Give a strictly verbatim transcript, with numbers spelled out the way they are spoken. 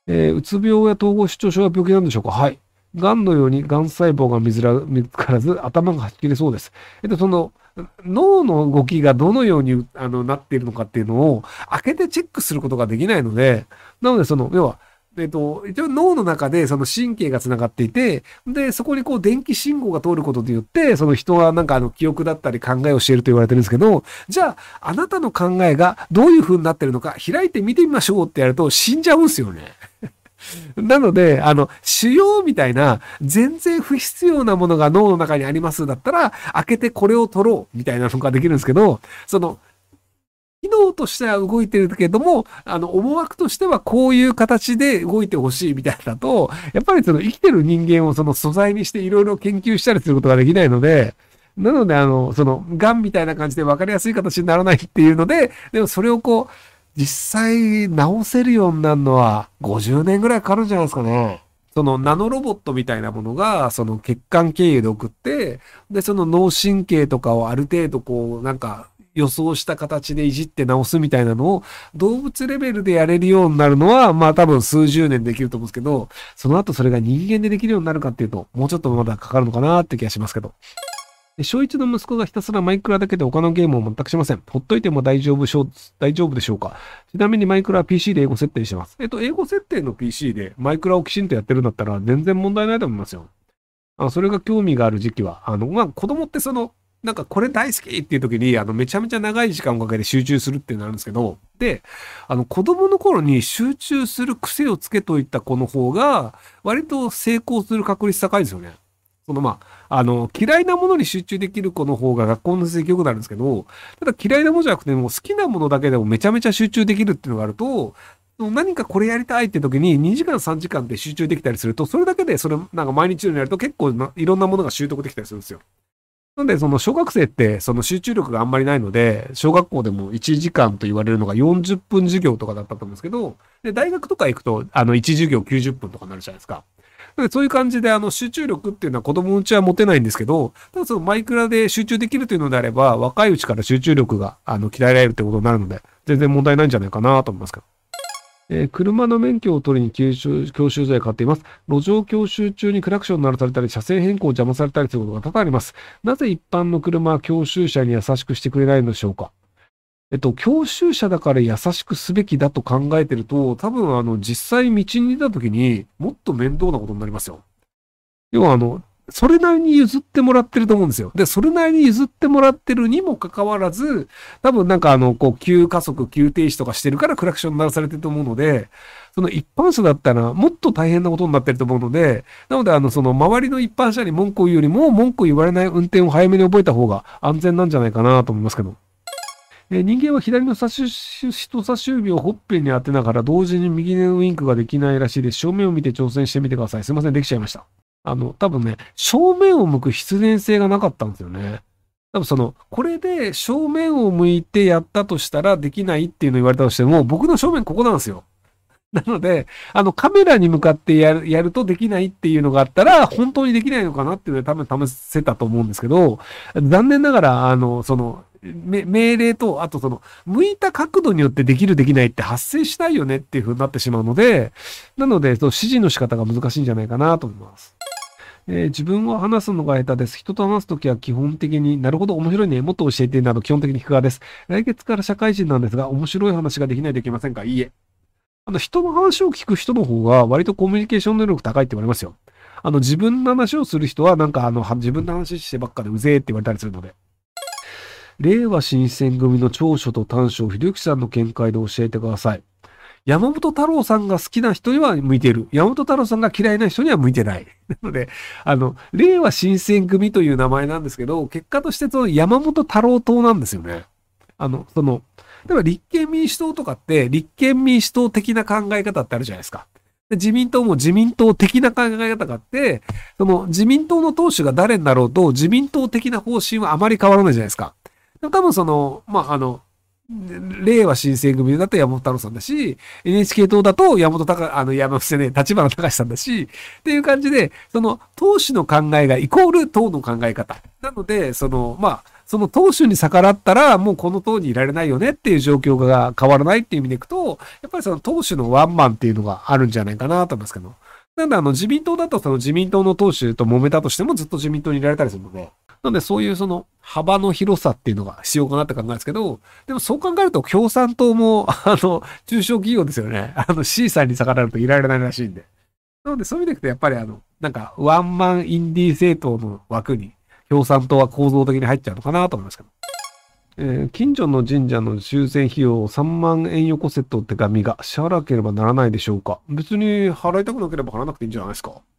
えーうつ病や統合失調症は病気なんでしょうか？はい。癌のように癌細胞が見つら見つからず頭がはち切れそうです。えっと、その、脳の動きがどのようにあのなっているのかっていうのを開けてチェックすることができないので、なのでその、要は、えっと、一応脳の中でその神経がつながっていて、で、そこにこう電気信号が通ることによって、その人はなんかあの記憶だったり考えをしていると言われてるんですけど、じゃあ、あなたの考えがどういう風になってるのか開いて見てみましょうってやると死んじゃうんですよね。なので、あの、腫瘍みたいな、全然不必要なものが脳の中にありますだったら、開けてこれを取ろうみたいなのができるんですけど、その、機能としては動いてるけども、あの、思惑としてはこういう形で動いてほしいみたいだと、やっぱりその生きてる人間をその素材にしていろいろ研究したりすることができないので、なので、あの、その、癌みたいな感じで分かりやすい形にならないっていうので、でもそれをこう、実際直せるようになるのはごじゅうねんぐらいかかるんじゃないですかね。そのナノロボットみたいなものが、その血管経由で送って、で、その脳神経とかをある程度こう、なんか予想した形でいじって直すみたいなのを動物レベルでやれるようになるのは、まあ多分数十年できると思うんですけど、その後それが人間でできるようになるかっていうと、もうちょっとまだかかるのかなって気がしますけど。小一の息子がひたすらマイクラだけで他のゲームを全くしません。ほっといても大丈夫しょう、大丈夫でしょうか？ちなみにマイクラは ピーシー で英語設定してます。えっと、英語設定の ピーシー でマイクラをきちんとやってるんだったら全然問題ないと思いますよ。あ、それが興味がある時期は。あの、まあ、子供ってその、なんかこれ大好きっていう時に、あの、めちゃめちゃ長い時間をかけて集中するっていうのがあるんですけど、で、あの、子供の頃に集中する癖をつけといた子の方が、割と成功する確率高いですよね。そのまあ、あの、嫌いなものに集中できる子の方が学校の成績良くなるんですけど、ただ嫌いなものじゃなくても好きなものだけでもめちゃめちゃ集中できるっていうのがあると、何かこれやりたいって時ににじかんさんじかんで集中できたりすると、それだけでそれなんか毎日のようにやると結構ないろんなものが習得できたりするんですよ。なんで、その小学生ってその集中力があんまりないので、小学校でもいちじかんと言われるのがよんじゅっぷん授業とかだったと思うんですけど、で、大学とか行くと、あの、いち授業きゅうじゅっぷんとかになるじゃないですか。でそういう感じで、あの、集中力っていうのは子供のうちは持てないんですけど、ただそのマイクラで集中できるというのであれば、若いうちから集中力が、あの、鍛えられるってことになるので、全然問題ないんじゃないかなと思いますけど。えー車の免許を取りに教習、教習所へ買っています。路上教習中にクラクション鳴らされたり、車線変更を邪魔されたりすることが多々あります。なぜ一般の車は教習車に優しくしてくれないのでしょうか？えっと、教習車だから優しくすべきだと考えてると、多分あの、実際道に出た時にもっと面倒なことになりますよ。要はあの、それなりに譲ってもらってると思うんですよ。で、それなりに譲ってもらってるにもかかわらず、多分なんかあの、こう、急加速、急停止とかしてるからクラクション鳴らされてると思うので、その一般車だったらもっと大変なことになってると思うので、なのであの、その周りの一般車に文句を言うよりも、文句を言われない運転を早めに覚えた方が安全なんじゃないかなと思いますけど。えー人間は左の差し人差し指をほっぺに当てながら同時に右のウインクができないらしいです。正面を見て挑戦してみてください。すいません、できちゃいました。あの、多分ね、正面を向く必然性がなかったんですよね。多分その、これで正面を向いてやったとしたらできないっていうのを言われたとしても、僕の正面ここなんですよ。なので、あの、カメラに向かってやる、やるとできないっていうのがあったら、本当にできないのかなっていうのは多分試せたと思うんですけど、残念ながら、あの、その、め命令と、あとその、向いた角度によってできるできないって発生しないよねっていう風になってしまうので、なので、その指示の仕方が難しいんじゃないかなと思います。えー自分は話すのが下手です。人と話すときは基本的になるほど面白いね。もっと教えてなど基本的に聞く側です。来月から社会人なんですが、面白い話ができないといけませんか？いいえ。あの、人の話を聞く人の方が割とコミュニケーション能力高いって言われますよ。あの、自分の話をする人はなんかあの、は自分の話してばっかでうぜえって言われたりするので。令和新選組の長所と短所をひろゆきさんの見解で教えてください。山本太郎さんが好きな人には向いている。山本太郎さんが嫌いな人には向いてない。なので、あの、令和新選組という名前なんですけど、結果としてその山本太郎党なんですよね。あの、その、例えば立憲民主党とかって、立憲民主党的な考え方ってあるじゃないですか。で自民党も自民党的な考え方があって、その自民党の党首が誰になろうと、自民党的な方針はあまり変わらないじゃないですか。多分その、まあ、あの、令和新選組だと山本太郎さんだし、エヌエイチケー 党だと山本隆、あの、山本ね、立花隆さんだし、っていう感じで、その、党首の考えがイコール党の考え方。なので、その、まあ、 その党首に逆らったら、もうこの党にいられないよねっていう状況が変わらないっていう意味でいくと、やっぱりその党首のワンマンっていうのがあるんじゃないかなと思いますけど。なんであの自民党だとその自民党の党首と揉めたとしてもずっと自民党にいられたりするので、なのでそういうその幅の広さっていうのが必要かなって考えるんですけど、でもそう考えると共産党も、あの、中小企業ですよね。あの C さんに逆らうといられないらしいんで。なのでそういう意味でいくとやっぱりあの、なんかワンマンインディー政党の枠に共産党は構造的に入っちゃうのかなと思いますけど。えー近所の神社の修繕費用さんまんえんよこせと手紙が支払わなければならないでしょうか。別に払いたくなければ払わなくていいんじゃないですか。